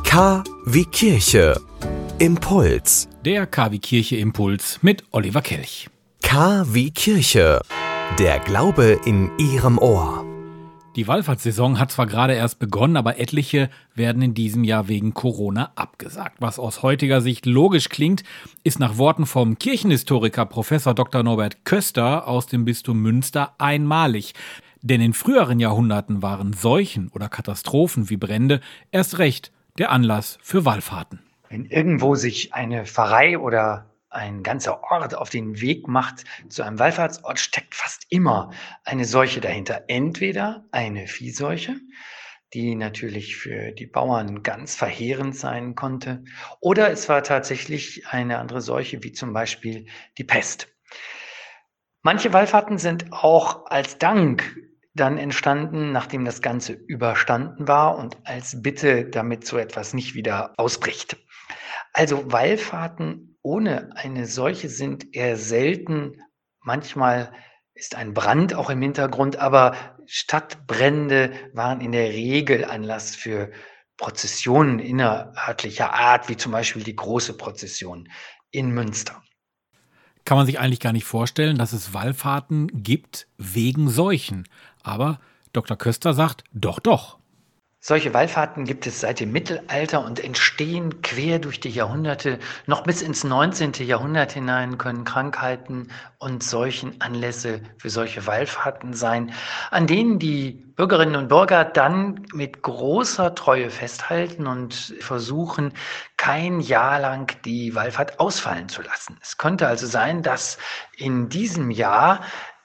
K wie Kirche. Impuls. Der K wie Kirche Impuls mit Oliver Kelch. K wie Kirche. Der Glaube in Ihrem Ohr. Die Wallfahrtssaison hat zwar gerade erst begonnen, aber etliche werden in diesem Jahr wegen Corona abgesagt. Was aus heutiger Sicht logisch klingt, ist nach Worten vom Kirchenhistoriker Prof. Dr. Norbert Köster aus dem Bistum Münster einmalig. Denn in früheren Jahrhunderten waren Seuchen oder Katastrophen wie Brände erst recht der Anlass für Wallfahrten. Wenn irgendwo sich eine Pfarrei oder ein ganzer Ort auf den Weg macht zu einem Wallfahrtsort, steckt fast immer eine Seuche dahinter. Entweder eine Viehseuche, die natürlich für die Bauern ganz verheerend sein konnte, oder es war tatsächlich eine andere Seuche, wie zum Beispiel die Pest. Manche Wallfahrten sind auch als Dank dann entstanden, nachdem das Ganze überstanden war und als Bitte, damit so etwas nicht wieder ausbricht. Also Wallfahrten ohne eine Seuche sind eher selten. Manchmal ist ein Brand auch im Hintergrund, aber Stadtbrände waren in der Regel Anlass für Prozessionen innerörtlicher Art, wie zum Beispiel die große Prozession in Münster. Kann man sich eigentlich gar nicht vorstellen, dass es Wallfahrten gibt wegen Seuchen. Aber Dr. Köster sagt, doch. Solche Wallfahrten gibt es seit dem Mittelalter und entstehen quer durch die Jahrhunderte. Noch bis ins 19. Jahrhundert hinein können Krankheiten und Seuchen Anlässe für solche Wallfahrten sein, an denen die Bürgerinnen und Bürger dann mit großer Treue festhalten und versuchen, kein Jahr lang die Wallfahrt ausfallen zu lassen. Es könnte also sein, dass in diesem Jahr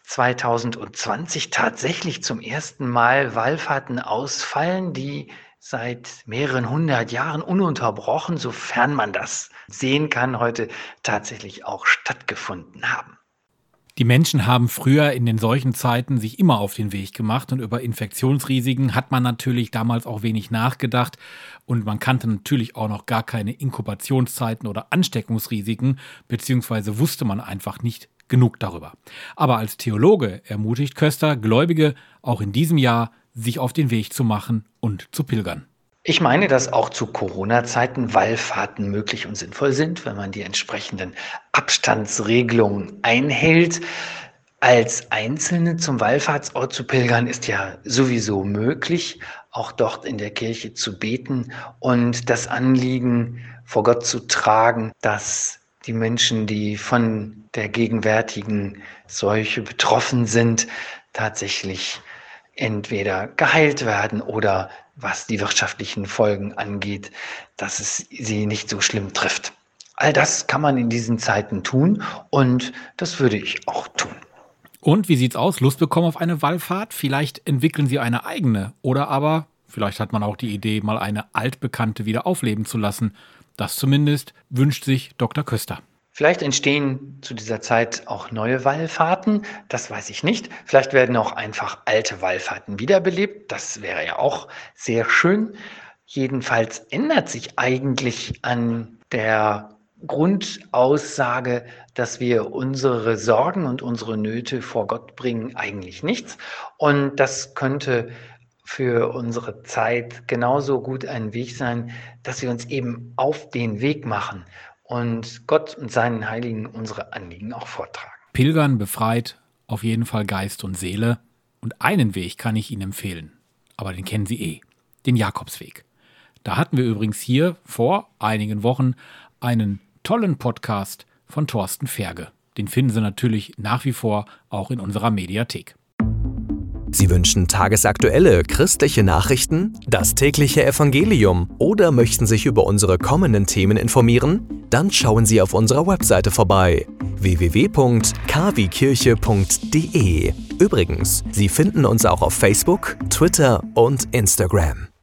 2020 tatsächlich zum ersten Mal Wallfahrten ausfallen, die seit mehreren hundert Jahren ununterbrochen, sofern man das sehen kann, heute tatsächlich auch stattgefunden haben. Die Menschen haben früher in den solchen Zeiten sich immer auf den Weg gemacht und über Infektionsrisiken hat man natürlich damals auch wenig nachgedacht und man kannte natürlich auch noch gar keine Inkubationszeiten oder Ansteckungsrisiken, beziehungsweise wusste man einfach nicht genug darüber. Aber als Theologe ermutigt Köster Gläubige auch in diesem Jahr, sich auf den Weg zu machen und zu pilgern. Ich meine, dass auch zu Corona-Zeiten Wallfahrten möglich und sinnvoll sind, wenn man die entsprechenden Abstandsregelungen einhält. Als Einzelne zum Wallfahrtsort zu pilgern ist ja sowieso möglich, auch dort in der Kirche zu beten und das Anliegen vor Gott zu tragen, dass die Menschen, die von der gegenwärtigen Seuche betroffen sind, tatsächlich entweder geheilt werden oder, was die wirtschaftlichen Folgen angeht, dass es sie nicht so schlimm trifft. All das kann man in diesen Zeiten tun und das würde ich auch tun. Und wie sieht's aus? Lust bekommen auf eine Wallfahrt? Vielleicht entwickeln Sie eine eigene oder aber vielleicht hat man auch die Idee, mal eine altbekannte wieder aufleben zu lassen. Das zumindest wünscht sich Dr. Köster. Vielleicht entstehen zu dieser Zeit auch neue Wallfahrten, das weiß ich nicht. Vielleicht werden auch einfach alte Wallfahrten wiederbelebt, das wäre ja auch sehr schön. Jedenfalls ändert sich eigentlich an der Grundaussage, dass wir unsere Sorgen und unsere Nöte vor Gott bringen, eigentlich nichts. Und das könnte für unsere Zeit genauso gut ein Weg sein, dass wir uns eben auf den Weg machen und Gott und seinen Heiligen unsere Anliegen auch vortragen. Pilgern befreit auf jeden Fall Geist und Seele. Und einen Weg kann ich Ihnen empfehlen, aber den kennen Sie den Jakobsweg. Da hatten wir übrigens hier vor einigen Wochen einen tollen Podcast von Thorsten Ferge. Den finden Sie natürlich nach wie vor auch in unserer Mediathek. Sie wünschen tagesaktuelle christliche Nachrichten, das tägliche Evangelium oder möchten sich über unsere kommenden Themen informieren? Dann schauen Sie auf unserer Webseite vorbei: www.kwkirche.de. Übrigens, Sie finden uns auch auf Facebook, Twitter und Instagram.